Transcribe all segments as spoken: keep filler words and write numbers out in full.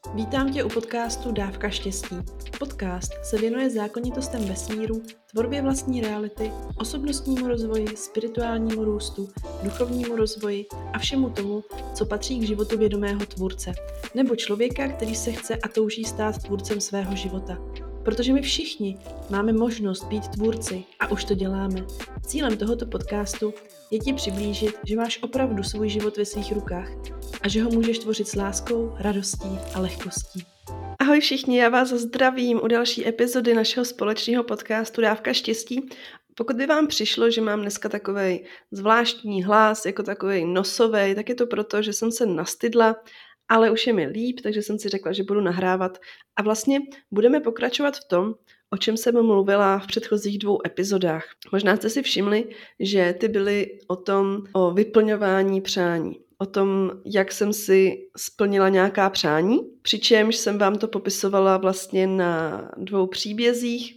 Vítám tě u podcastu Dávka štěstí. Podcast se věnuje zákonitostem vesmíru, tvorbě vlastní reality, osobnostnímu rozvoji, spirituálnímu růstu, duchovnímu rozvoji a všemu tomu, co patří k životu vědomého tvůrce, nebo člověka, který se chce a touží stát tvůrcem svého života. Protože my všichni máme možnost být tvůrci a už to děláme. Cílem tohoto podcastu je ti přiblížit, že máš opravdu svůj život ve svých rukách a že ho můžeš tvořit s láskou, radostí a lehkostí. Ahoj všichni, já vás zdravím u další epizody našeho společného podcastu Dávka štěstí. Pokud by vám přišlo, že mám dneska takovej zvláštní hlas, jako takovej nosovej, tak je to proto, že jsem se nastydla, ale už je mi líp, takže jsem si řekla, že budu nahrávat. A vlastně budeme pokračovat v tom, o čem jsem mluvila v předchozích dvou epizodách. Možná jste si všimli, že ty byly o tom, o vyplňování přání. O tom, jak jsem si splnila nějaká přání, přičemž jsem vám to popisovala vlastně na dvou příbězích.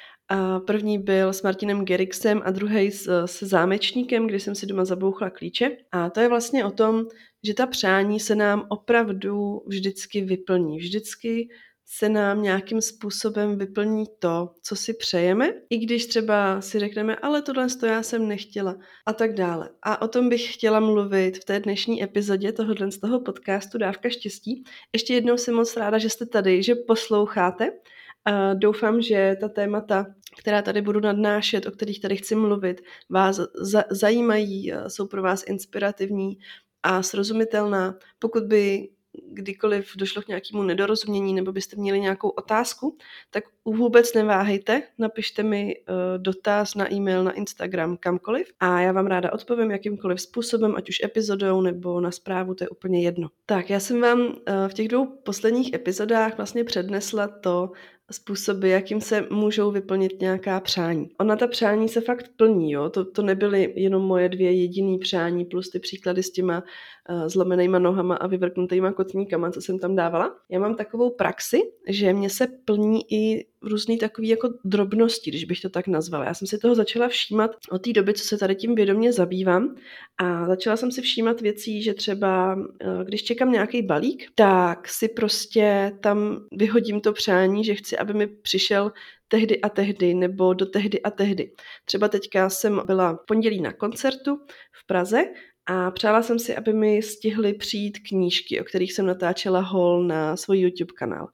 A první byl s Martinem Gerixem a druhý se Zámečníkem, kdy jsem si doma zabouchla klíče. A to je vlastně o tom, že ta přání se nám opravdu vždycky vyplní. Vždycky se nám nějakým způsobem vyplní to, co si přejeme, i když třeba si řekneme, ale tohle to já jsem nechtěla a tak dále. A o tom bych chtěla mluvit v té dnešní epizodě tohohle z toho podcastu Dávka štěstí. Ještě jednou jsem moc ráda, že jste tady, že posloucháte. A doufám, že ta témata, která tady budu nadnášet, o kterých tady chci mluvit, vás za- zajímají, jsou pro vás inspirativní a srozumitelná. Pokud by kdykoliv došlo k nějakému nedorozumění nebo byste měli nějakou otázku, tak vůbec neváhejte, napište mi uh, dotaz na e-mail, na Instagram, kamkoliv a já vám ráda odpovím jakýmkoliv způsobem, ať už epizodou nebo na zprávu, to je úplně jedno. Tak, já jsem vám uh, v těch dvou posledních epizodách vlastně přednesla to, způsoby, jakým se můžou vyplnit nějaká přání. Ona ta přání se fakt plní, jo? To, to nebyly jenom moje dvě jediný přání plus ty příklady s těma uh, zlomenýma nohama a vyvrknutýma kotníkama, co jsem tam dávala. Já mám takovou praxi, že mě se plní i různý takový jako drobnosti, když bych to tak nazvala. Já jsem si toho začala všímat od té doby, co se tady tím vědomě zabývám a začala jsem si všímat věcí, že třeba když čekám nějaký balík, tak si prostě tam vyhodím to přání, že chci, aby mi přišel tehdy a tehdy nebo do tehdy a tehdy. Třeba teďka jsem byla v pondělí na koncertu v Praze a přála jsem si, aby mi stihly přijít knížky, o kterých jsem natáčela haul na svůj YouTube kanál.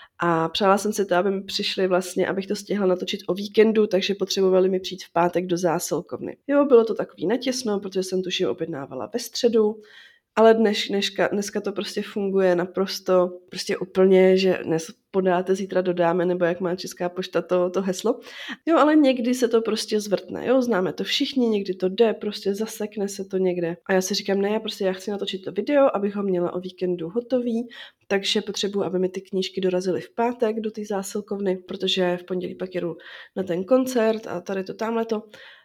A přála jsem si to, aby mi přišli vlastně, abych to stihla natočit o víkendu, takže potřebovali mi přijít v pátek do zásilkovny. Jo, bylo to takový natěsno, protože jsem tuším objednávala ve středu, ale dnes, dneska, dneska to prostě funguje naprosto prostě úplně, že dnes podáte, zítra dodáme, nebo jak má Česká pošta to, to heslo. Jo, ale někdy se to prostě zvrtne, jo, známe to všichni, někdy to jde, prostě zasekne se to někde. A já si říkám, ne, já prostě já chci natočit to video, abych ho měla o víkendu hotový, takže potřebuji, aby mi ty knížky dorazily v pátek do té zásilkovny, protože v pondělí pak jedu na ten koncert a tady to, tamhleto.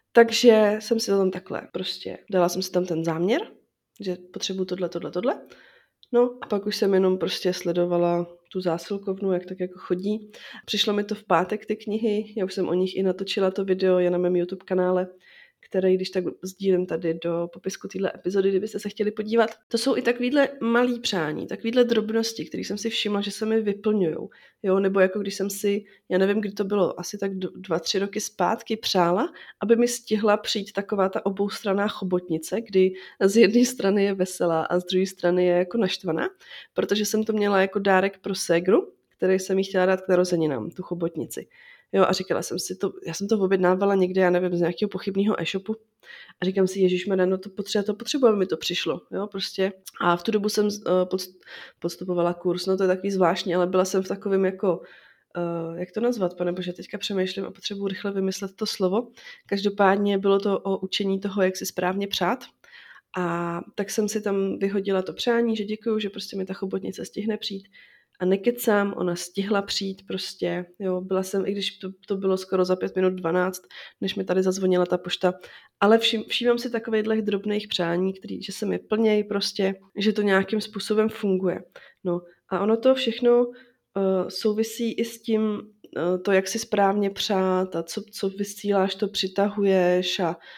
Takže jsem si to tam takhle prostě, dala jsem si tam ten záměr, že potřebuju tohle, tohle, tohle. No a pak už jsem jenom prostě sledovala tu zásilkovnu, jak tak jako chodí. Přišlo mi to v pátek ty knihy, já už jsem o nich i natočila to video, je na mém YouTube kanále, který když tak sdílím tady do popisku téhle epizody, kdybyste se chtěli podívat. To jsou i takovýhle malý přání, takovýhle drobnosti, které jsem si všimla, že se mi vyplňujou. Jo, nebo jako když jsem si, já nevím, kdy to bylo, asi tak dva, tři roky zpátky přála, aby mi stihla přijít taková ta oboustranná chobotnice, kdy z jedné strany je veselá a z druhé strany je jako naštvaná, protože jsem to měla jako dárek pro ségru, který jsem jí chtěla dát k narozeninám, tu chobotnici. Jo, a říkala jsem si to, já jsem to objednávala někde, já nevím, z nějakého pochybného e-shopu a říkám si, ježišmarja, no to potřeba, to potřebuji, aby mi to přišlo, jo, prostě. A v tu dobu jsem uh, podstupovala kurz, no to je takový zvláštní, ale byla jsem v takovém jako, uh, jak to nazvat, panebože, teďka přemýšlím a potřebuji rychle vymyslet to slovo. Každopádně bylo to o učení toho, jak si správně přát. A tak jsem si tam vyhodila to přání, že děkuju, že prostě mi ta chobotnice stihne přijít. A nekecám, ona stihla přijít prostě, jo, byla jsem, i když to, to bylo skoro za pět minut dvanáct, než mi tady zazvonila ta pošta, ale všim, všímám si takovejhle drobných přání, který, že se mi plnějí prostě, že to nějakým způsobem funguje. No a ono to všechno uh, souvisí i s tím, uh, to, jak si správně přát a co, co vysíláš, to přitahuješ a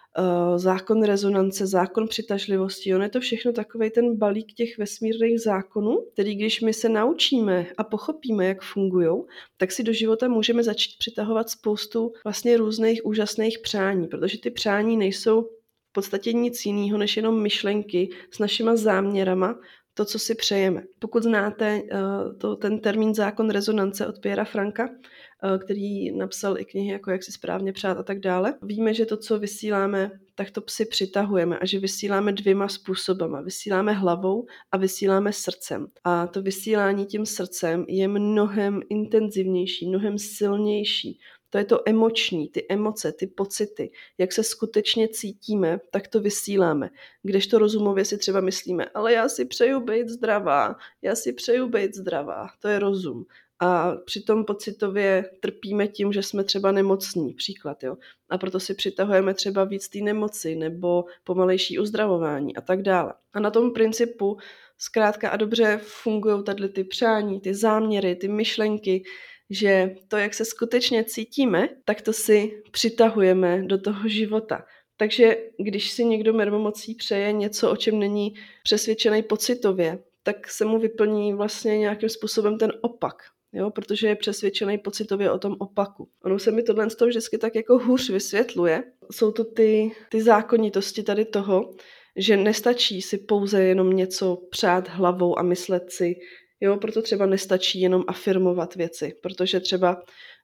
uh, zákon rezonance, zákon přitažlivosti. On je to všechno takovej ten balík těch vesmírných zákonů, který když my se naučíme a pochopíme, jak fungujou, tak si do života můžeme začít přitahovat spoustu vlastně různých úžasných přání, protože ty přání nejsou v podstatě nic jiného, než jenom myšlenky s našima záměrama, to, co si přejeme. Pokud znáte uh, to, ten termín zákon rezonance od Pierra Franka, uh, který napsal i knihy jako Jak si správně přát a tak dále, víme, že to, co vysíláme, tak to si přitahujeme a že vysíláme dvěma způsobama. Vysíláme hlavou a vysíláme srdcem. A to vysílání tím srdcem je mnohem intenzivnější, mnohem silnější. To je to emoční, ty emoce, ty pocity, jak se skutečně cítíme, tak to vysíláme. Kdežto rozumově si třeba myslíme, ale já si přeju být zdravá, já si přeju být zdravá, to je rozum. A přitom pocitově trpíme tím, že jsme třeba nemocní, příklad, jo. A proto si přitahujeme třeba víc té nemoci nebo pomalejší uzdravování a tak dále. A na tom principu zkrátka a dobře fungují tady ty přání, ty záměry, ty myšlenky, že to, jak se skutečně cítíme, tak to si přitahujeme do toho života. Takže když si někdo mermomocí přeje něco, o čem není přesvědčený pocitově, tak se mu vyplní vlastně nějakým způsobem ten opak, jo? Protože je přesvědčený pocitově o tom opaku. Ono se mi tohle z toho vždycky tak jako hůř vysvětluje. Jsou to ty, ty zákonitosti tady toho, že nestačí si pouze jenom něco přát hlavou a myslet si, jo, proto třeba nestačí jenom afirmovat věci, protože třeba,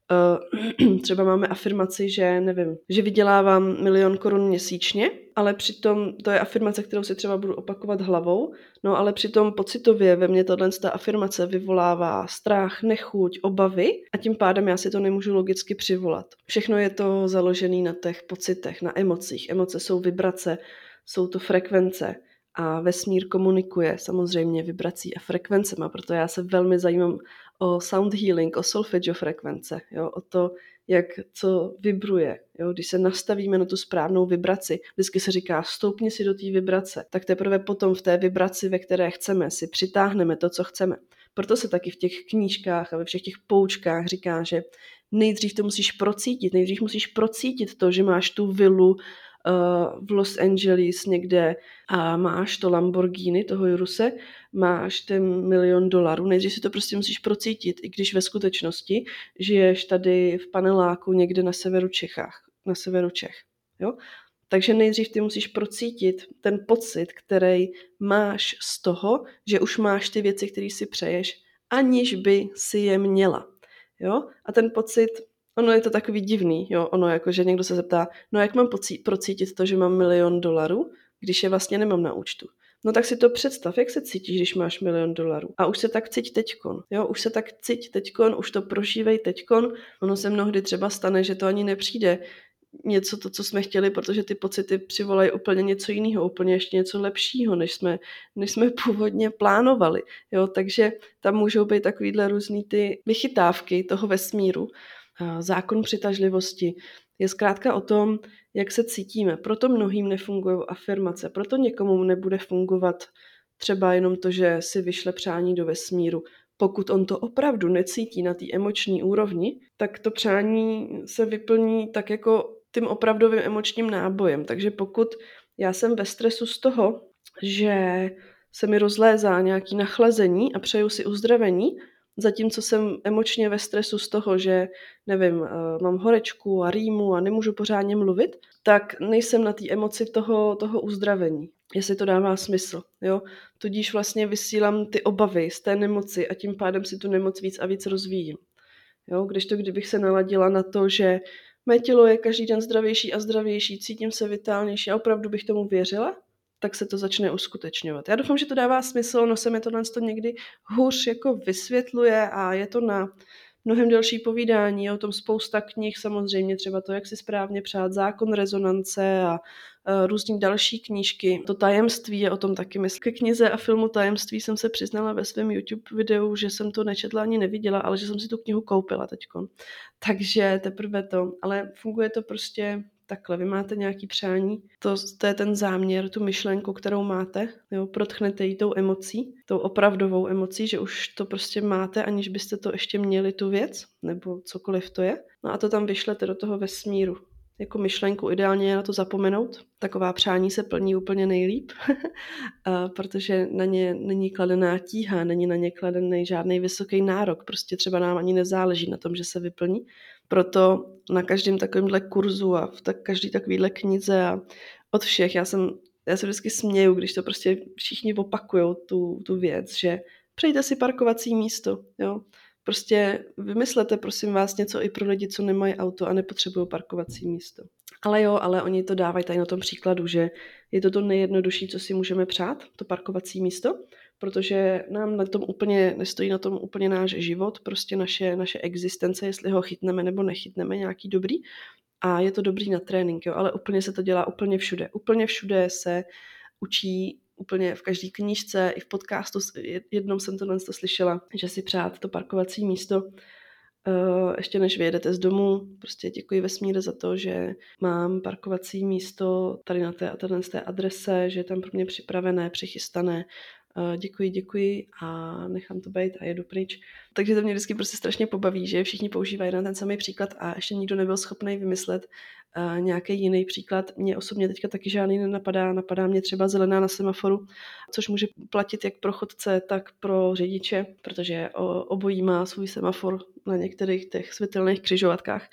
uh, třeba máme afirmaci, že nevím, že vydělávám milion korun měsíčně, ale přitom to je afirmace, kterou si třeba budu opakovat hlavou, no ale přitom pocitově ve mně tato ta afirmace vyvolává strach, nechuť, obavy a tím pádem já si to nemůžu logicky přivolat. Všechno je to založené na těch pocitech, na emocích. Emoce jsou vibrace, jsou to frekvence. A vesmír komunikuje samozřejmě vibrací a frekvencema, proto já se velmi zajímám o sound healing, o solfeggio frekvence, jo, o to, jak co vibruje. Jo. Když se nastavíme na tu správnou vibraci, vždycky se říká, stoupni si do té vibrace, tak teprve potom v té vibraci, ve které chceme, si přitáhneme to, co chceme. Proto se taky v těch knížkách a ve všech těch poučkách říká, že nejdřív to musíš procítit, nejdřív musíš procítit to, že máš tu vilu v Los Angeles někde a máš to Lamborghini, toho Juruse, máš ten milion dolarů, nejdřív si to prostě musíš procítit, i když ve skutečnosti žiješ tady v paneláku někde na severu Čechách, na severu Čech, jo? Takže nejdřív ty musíš procítit ten pocit, který máš z toho, že už máš ty věci, které si přeješ, aniž by si je měla, jo? A ten pocit, ono je to takový divný, jo, ono jako, že někdo se zeptá, no jak mám pocí- procítit to, že mám milion dolarů, když je vlastně nemám na účtu. No tak si to představ, jak se cítíš, když máš milion dolarů. A už se tak cíť teďkon, jo, už se tak cíť teďkon, už to prožívej teďkon. Ono se mnohdy třeba stane, že to ani nepřijde něco to, co jsme chtěli, protože ty pocity přivolají úplně něco jiného, úplně ještě něco lepšího, než jsme, než jsme původně plánovali. Jo, takže tam můžou být takovýhle různý ty vychytávky toho vesmíru. Zákon přitažlivosti je zkrátka o tom, jak se cítíme. Proto mnohým nefungují afirmace, proto někomu nebude fungovat třeba jenom to, že si vyšle přání do vesmíru. Pokud on to opravdu necítí na té emoční úrovni, tak to přání se vyplní tak jako tím opravdovým emočním nábojem. Takže pokud já jsem ve stresu z toho, že se mi rozlézá nějaký nachlazení a přeju si uzdravení, zatímco jsem emočně ve stresu z toho, že nevím, mám horečku a rýmu a nemůžu pořádně mluvit, tak nejsem na té emoci toho, toho uzdravení, jestli to dává smysl. Jo? Tudíž vlastně vysílám ty obavy z té nemoci a tím pádem si tu nemoc víc a víc rozvíjím. Jo? Kdežto kdybych se naladila na to, že mé tělo je každý den zdravější a zdravější, cítím se vitálnější a opravdu bych tomu věřila, tak se to začne uskutečňovat. Já doufám, že to dává smysl, no se mi tohle to někdy hůř jako vysvětluje a je to na mnohem delší povídání, je o tom spousta knih, samozřejmě třeba to, jak si správně přát, zákon rezonance a uh, různý další knížky. To tajemství je o tom taky, myslím. Ke knize a filmu Tajemství jsem se přiznala ve svém YouTube videu, že jsem to nečetla ani neviděla, ale že jsem si tu knihu koupila teďkon. Takže teprve to, ale funguje to prostě takhle, vy máte nějaký přání, to, to je ten záměr, tu myšlenku, kterou máte, jo, protchnete ji tou emocí, tou opravdovou emocí, že už to prostě máte, aniž byste to ještě měli tu věc, nebo cokoliv to je. No a to tam vyšlete do toho vesmíru. jako myšlenku. Ideálně je na to zapomenout. Taková přání se plní úplně nejlíp, protože na ně není kladená tíha, není na ně kladený žádný vysoký nárok. Prostě třeba nám ani nezáleží na tom, že se vyplní. Proto na každém takovémhle kurzu a v tak, každý takovýhle knize a od všech, já jsem já se vždycky směju, když to prostě všichni opakujou tu, tu věc, že přejte si parkovací místo, jo. Prostě vymyslete, prosím vás, něco i pro lidi, co nemají auto a nepotřebují parkovací místo. Ale jo, ale oni to dávají tady na tom příkladu, že je to to nejjednodušší, co si můžeme přát, to parkovací místo, protože nám na tom úplně, nestojí na tom úplně náš život, prostě naše, naše existence, jestli ho chytneme nebo nechytneme, nějaký dobrý. A je to dobrý na trénink, jo, ale úplně se to dělá úplně všude. Úplně všude se učí, úplně v každé knížce, i v podcastu, jednou jsem tohle to slyšela, že si přát to parkovací místo, uh, ještě než vyjedete z domu, prostě děkuji vesmíre za to, že mám parkovací místo tady na té, tady na té adrese, že je tam pro mě připravené, přichystané, děkuji, děkuji a nechám to být a jedu pryč. Takže to mě vždycky prostě strašně pobaví, že všichni používají na ten samý příklad a ještě nikdo nebyl schopný vymyslet uh, nějaký jiný příklad. Mně osobně teďka taky žádný nenapadá, napadá mě třeba zelená na semaforu, což může platit jak pro chodce, tak pro řidiče, protože obojí má svůj semafor na některých těch světelných křižovatkách,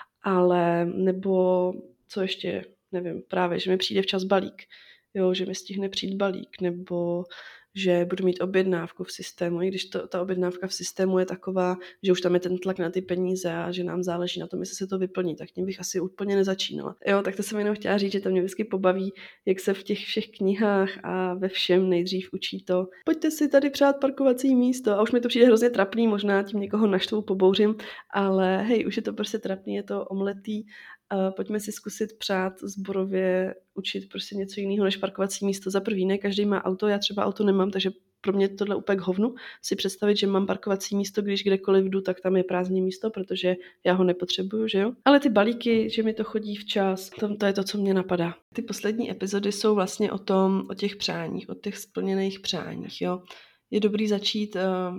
ale nebo co ještě, nevím, právě, že mi přijde včas balík, jo, že mi stihne přijít balík, nebo že budu mít objednávku v systému, i když to, ta objednávka v systému je taková, že už tam je ten tlak na ty peníze a že nám záleží na tom, jestli se to vyplní, tak tím bych asi úplně nezačínala. Jo, tak to jsem jenom chtěla říct, že to mě vždycky pobaví, jak se v těch všech knihách a ve všem nejdřív učí to. Pojďte si tady přát parkovací místo a už mi to přijde hrozně trapný, možná tím někoho naštvu, pobouřím, ale hej, už je to prostě trapný, je to omletý. Uh, pojďme si zkusit přát zborově učit prostě něco jiného než parkovací místo. Za prvý, ne každý má auto, já třeba auto nemám, takže pro mě tohle úplně k hovnu si představit, že mám parkovací místo, když kdekoliv jdu, tak tam je prázdné místo, protože já ho nepotřebuju, že jo. Ale ty balíky, že mi to chodí včas, to, to je to, co mě napadá. Ty poslední epizody jsou vlastně o tom, o těch přáních, o těch splněných přáních, jo. Je dobrý začít uh,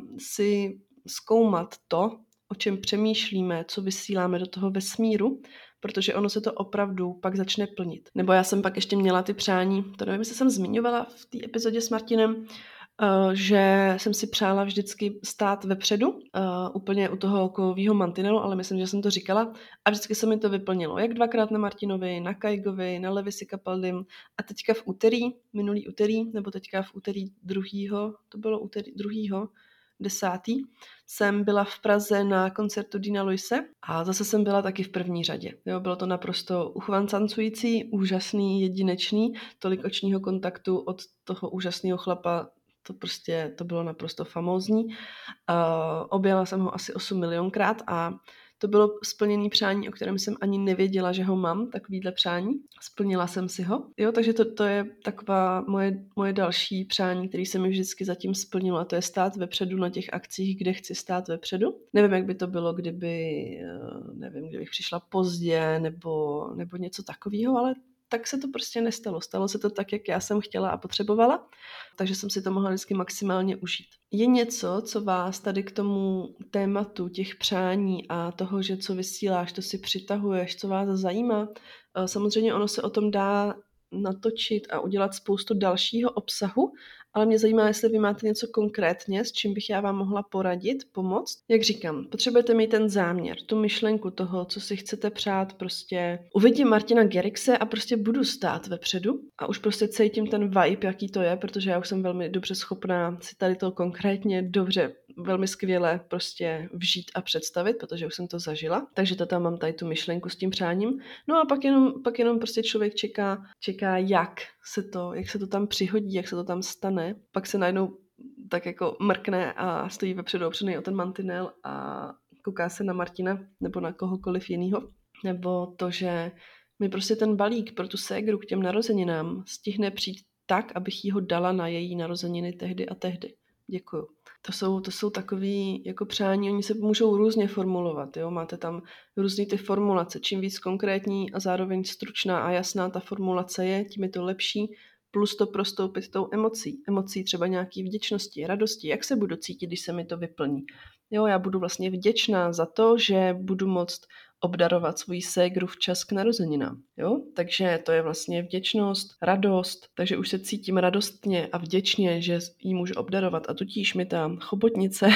si zkoumat to, o čem přemýšlíme, co vysíláme do toho vesmíru, protože ono se to opravdu pak začne plnit. Nebo já jsem pak ještě měla ty přání, to nevím, jestli jsem zmiňovala v té epizodě s Martinem, že jsem si přála vždycky stát vepředu, úplně u toho kovového mantinelu, ale myslím, že jsem to říkala a vždycky se mi to vyplnilo. Jak dvakrát na Martinovi, na Kajgovi, na Levisi Capaldim a teďka v úterý, minulý úterý, nebo teďka v úterý druhýho, to bylo úterý druhýho, desátý, jsem byla v Praze na koncertu Dina Luise a zase jsem byla taky v první řadě. Jo, bylo to naprosto uchvancancující, úžasný, jedinečný, tolik očního kontaktu od toho úžasného chlapa, to prostě, to bylo naprosto famózní. Uh, objela jsem ho asi osm milionkrát a to bylo splněné přání, o kterém jsem ani nevěděla, že ho mám, takovýhle přání. Splnila jsem si ho. Jo, takže to, to je taková moje, moje další přání, který se mi vždycky zatím splnilo, a to je stát vepředu na těch akcích, kde chci stát vepředu. Nevím, jak by to bylo, kdyby, nevím, kdybych přišla pozdě nebo, nebo něco takového, ale tak se to prostě nestalo. Stalo se to tak, jak já jsem chtěla a potřebovala, takže jsem si to mohla vždycky maximálně užít. Je něco, co vás tady k tomu tématu těch přání a toho, že co vysíláš, to si přitahuješ, co vás zajímá? Samozřejmě ono se o tom dá natočit a udělat spoustu dalšího obsahu, ale mě zajímá, jestli vy máte něco konkrétně, s čím bych já vám mohla poradit, pomoct. Jak říkám, potřebujete mít ten záměr, tu myšlenku toho, co si chcete přát, prostě uvidím Martina Garrixe a prostě budu stát vepředu a už prostě cítím ten vibe, jaký to je, protože já už jsem velmi dobře schopná si tady to konkrétně dobře, velmi skvěle prostě vžít a představit, protože už jsem to zažila, takže to tam mám tady tu myšlenku s tím přáním. No a pak jenom, pak jenom prostě člověk čeká, čeká, jak se to, jak se to tam přihodí, jak se to tam stane. Pak se najednou tak jako mrkne a stojí vepředu opřený o ten mantinel a kouká se na Martina nebo na kohokoliv jinýho. Nebo to, že mi prostě ten balík pro tu ségru k těm narozeninám stihne přijít tak, abych jí ho dala na její narozeniny tehdy a tehdy. Děkuju. To jsou, to jsou takový jako přání, oni se můžou různě formulovat, jo? Máte tam různý ty formulace, čím víc konkrétní a zároveň stručná a jasná ta formulace je, tím je to lepší plus to prostoupit tou emocí. Emocí třeba nějaký vděčnosti, radosti, jak se budu cítit, když se mi to vyplní. Jo, já budu vlastně vděčná za to, že budu moct obdarovat svoji ségru včas k narozeninám. Jo? Takže to je vlastně vděčnost, radost, takže už se cítím radostně a vděčně, že jí můžu obdarovat a tudíž mi ta chobotnice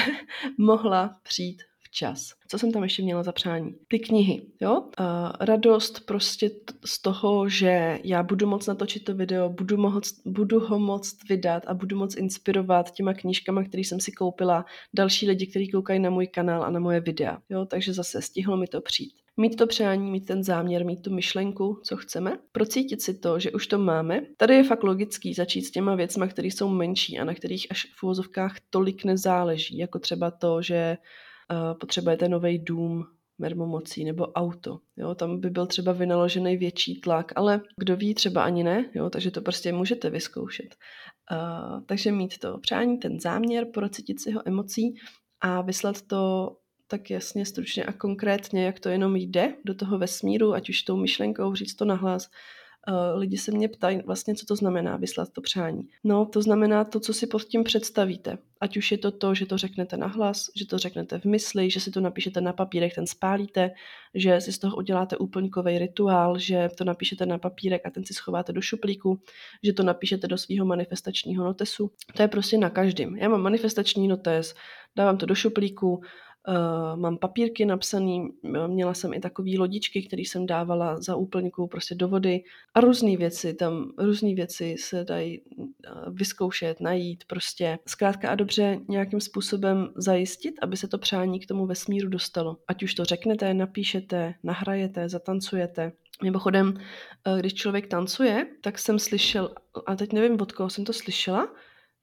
mohla přijít včas. Co jsem tam ještě měla za přání? Ty knihy, jo? A radost prostě t- z toho, že já budu moct natočit to video, budu, moc, budu ho moct vydat a budu moc inspirovat těma knížkama, které jsem si koupila, další lidi, kteří koukají na můj kanál a na moje videa. Jo? Takže zase stihlo mi to přijít. Mít to přání, mít ten záměr, mít tu myšlenku, co chceme, procítit si to, že už to máme. Tady je fakt logický začít s těma věcma, které jsou menší a na kterých až v uvozovkách tolik nezáleží, jako třeba to, že uh, potřebujete nový dům, mermomocí nebo auto. Jo, tam by byl třeba vynaložený větší tlak, ale kdo ví, třeba ani ne, jo, takže to prostě můžete vyzkoušet. Uh, takže mít to přání, ten záměr, procítit si ho emocí a vyslat to tak jasně, stručně a konkrétně, jak to jenom jde do toho vesmíru, ať už tou myšlenkou, říct to nahlas. Uh, lidi se mě ptají vlastně, co to znamená vyslat to přání. No, to znamená to, co si pod tím představíte. Ať už je to to, že to řeknete nahlas, že to řeknete v mysli, že si to napíšete na papírek, ten spálíte, že si z toho uděláte úplňkový rituál, že to napíšete na papírek a ten si schováte do šuplíku, že to napíšete do svého manifestačního notesu. To je prostě na každém. Já mám manifestační notes, dávám to do šuplíku, Uh, mám papírky napsaný, měla jsem i takový lodičky, které jsem dávala za úplňku prostě do vody a různé věci, tam různé věci se dají uh, vyzkoušet, najít prostě. Zkrátka a dobře nějakým způsobem zajistit, aby se to přání k tomu vesmíru dostalo. Ať už to řeknete, napíšete, nahrajete, zatancujete. Mimochodem, uh, když člověk tancuje, tak jsem slyšel, a teď nevím, od koho jsem to slyšela,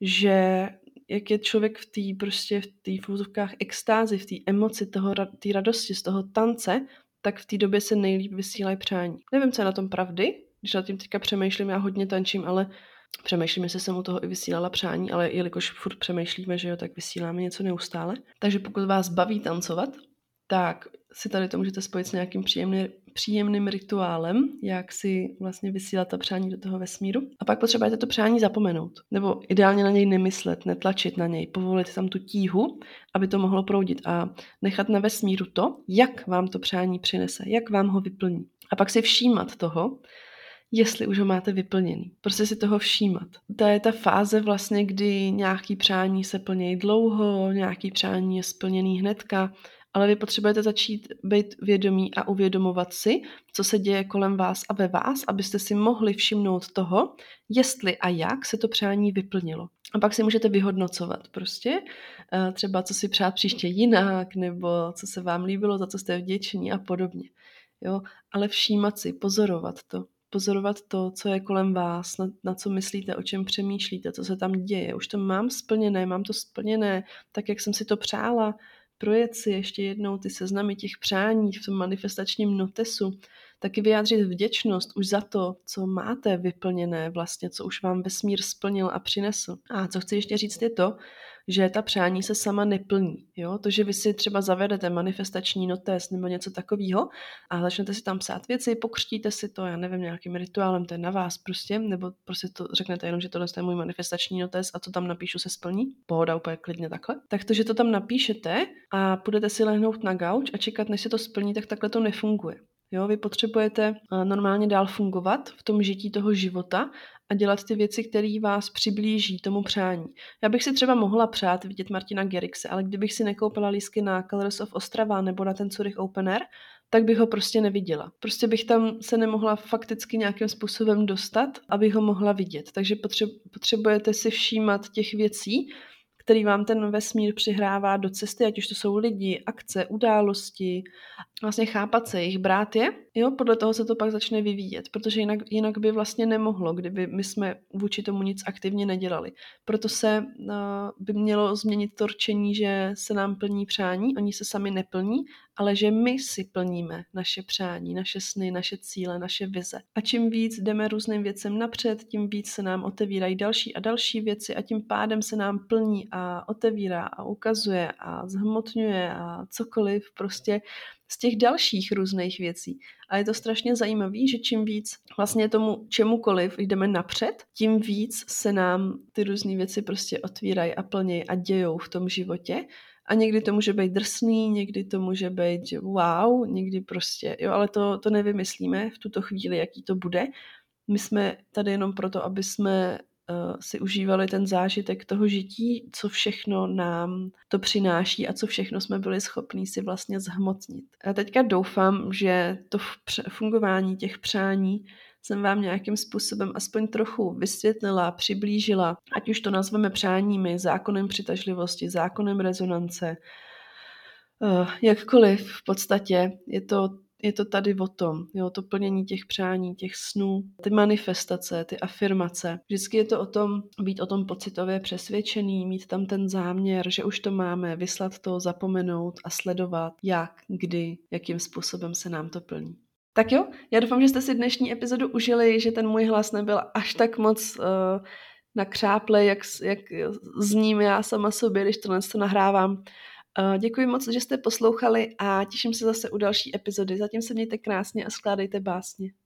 že jak je člověk v té prostě v té v úzovkách extázi, v té emoci, toho, té radosti z toho tance, tak v té době se nejlíp vysílají přání. Nevím, co je na tom pravdy, když nad tím teďka přemýšlím, já hodně tančím, ale přemýšlím, jestli jsem u toho i vysílala přání, ale jelikož furt přemýšlíme, že jo, tak vysíláme něco neustále. Takže pokud vás baví tancovat, tak si tady to můžete spojit s nějakým příjemný, příjemným rituálem, jak si vlastně vysílat ta přání do toho vesmíru. A pak potřebujete to přání zapomenout. Nebo ideálně na něj nemyslet, netlačit na něj, povolit tam tu tíhu, aby to mohlo proudit a nechat na vesmíru to, jak vám to přání přinese, jak vám ho vyplní. A pak si všímat toho, jestli už ho máte vyplněný. Prostě si toho všímat. To je ta fáze vlastně, kdy nějaký přání se plnějí dlouho, nějaký přání je splněný hnedka, ale vy potřebujete začít být vědomí a uvědomovat si, co se děje kolem vás a ve vás, abyste si mohli všimnout toho, jestli a jak se to přání vyplnilo. A pak si můžete vyhodnocovat prostě, třeba co si přát příště jinak, nebo co se vám líbilo, za co jste vděční a podobně. Jo? Ale všímat si, pozorovat to. Pozorovat to, co je kolem vás, na, na co myslíte, o čem přemýšlíte, co se tam děje. Už to mám splněné, mám to splněné, tak jak jsem si to přála. Projet si ještě jednou ty seznamy těch přání v tom manifestačním notesu, taky vyjádřit vděčnost už za to, co máte vyplněné vlastně, co už vám vesmír splnil a přinesl. A co chci ještě říct je to, že ta přání se sama neplní. Jo? To, že vy si třeba zavedete manifestační notes nebo něco takového a začnete si tam psát věci, pokřtíte si to, já nevím, nějakým rituálem, to je na vás prostě, nebo prostě to řeknete jenom, že tohle je můj manifestační notes a co tam napíšu se splní. Pohoda, úplně klidně takhle. Tak to, že to tam napíšete a půjdete si lehnout na gauč a čekat, než se to splní, tak takhle to nefunguje. Jo, vy potřebujete normálně dál fungovat v tom žití toho života a dělat ty věci, které vás přiblíží tomu přání. Já bych si třeba mohla přát vidět Martina Garrixe, ale kdybych si nekoupila lístky na Colors of Ostrava nebo na ten Zurich Open Air, tak bych ho prostě neviděla. Prostě bych tam se nemohla fakticky nějakým způsobem dostat, abych ho mohla vidět. Takže potřebujete si všímat těch věcí, který vám ten vesmír přihrává do cesty, ať už to jsou lidi, akce, události, vlastně chápat se jich, brát je, jo, podle toho se to pak začne vyvíjet, protože jinak, jinak by vlastně nemohlo, kdyby my jsme vůči tomu nic aktivně nedělali. Proto se uh, by mělo změnit to rčení, že se nám plní přání, oni se sami neplní, ale že my si plníme naše přání, naše sny, naše cíle, naše vize. A čím víc jdeme různým věcem napřed, tím víc se nám otevírají další a další věci a tím pádem se nám plní a otevírá a ukazuje a zhmotňuje a cokoliv prostě z těch dalších různých věcí. A je to strašně zajímavý, že čím víc vlastně tomu čemukoliv jdeme napřed, tím víc se nám ty různé věci prostě otvírají a plnějí a dějou v tom životě. A někdy to může být drsný, někdy to může být, že wow, někdy prostě, jo, ale to, to nevymyslíme v tuto chvíli, jaký to bude. My jsme tady jenom proto, aby jsme uh, si užívali ten zážitek toho žití, co všechno nám to přináší a co všechno jsme byli schopní si vlastně zhmotnit. A teďka doufám, že to fungování těch přání jsem vám nějakým způsobem aspoň trochu vysvětlila, přiblížila, ať už to nazveme přáními, zákonem přitažlivosti, zákonem rezonance, uh, jakkoliv v podstatě je to Je to tady o tom, jo, to plnění těch přání, těch snů, ty manifestace, ty afirmace. Vždycky je to o tom být o tom pocitově přesvědčený, mít tam ten záměr, že už to máme, vyslat to, zapomenout a sledovat, jak, kdy, jakým způsobem se nám to plní. Tak jo, já doufám, že jste si dnešní epizodu užili, že ten můj hlas nebyl až tak moc uh, nakřáplej, jak, jak zním já sama sobě, když tohle to nahrávám. Děkuji moc, že jste poslouchali a těším se zase u další epizody. Zatím se mějte krásně a skládejte básně.